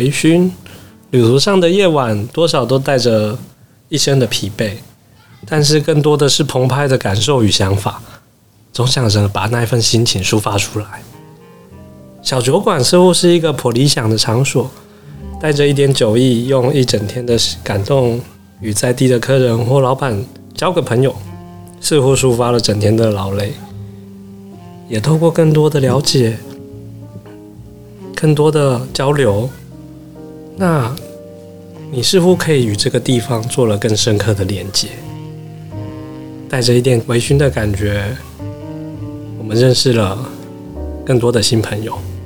微醺，旅途上的夜晚多少都带着一身的疲惫，但是更多的是澎湃的感受与想法，总想着把那份心情抒发出来。小酒馆似乎是一个颇理想的场所，带着一点酒意，用一整天的感动与在地的客人或老板交个朋友，似乎抒发了整天的劳累，也透过更多的了解，更多的交流，那你似乎可以与这个地方做了更深刻的连接，带着一点微醺的感觉，我们认识了更多的新朋友。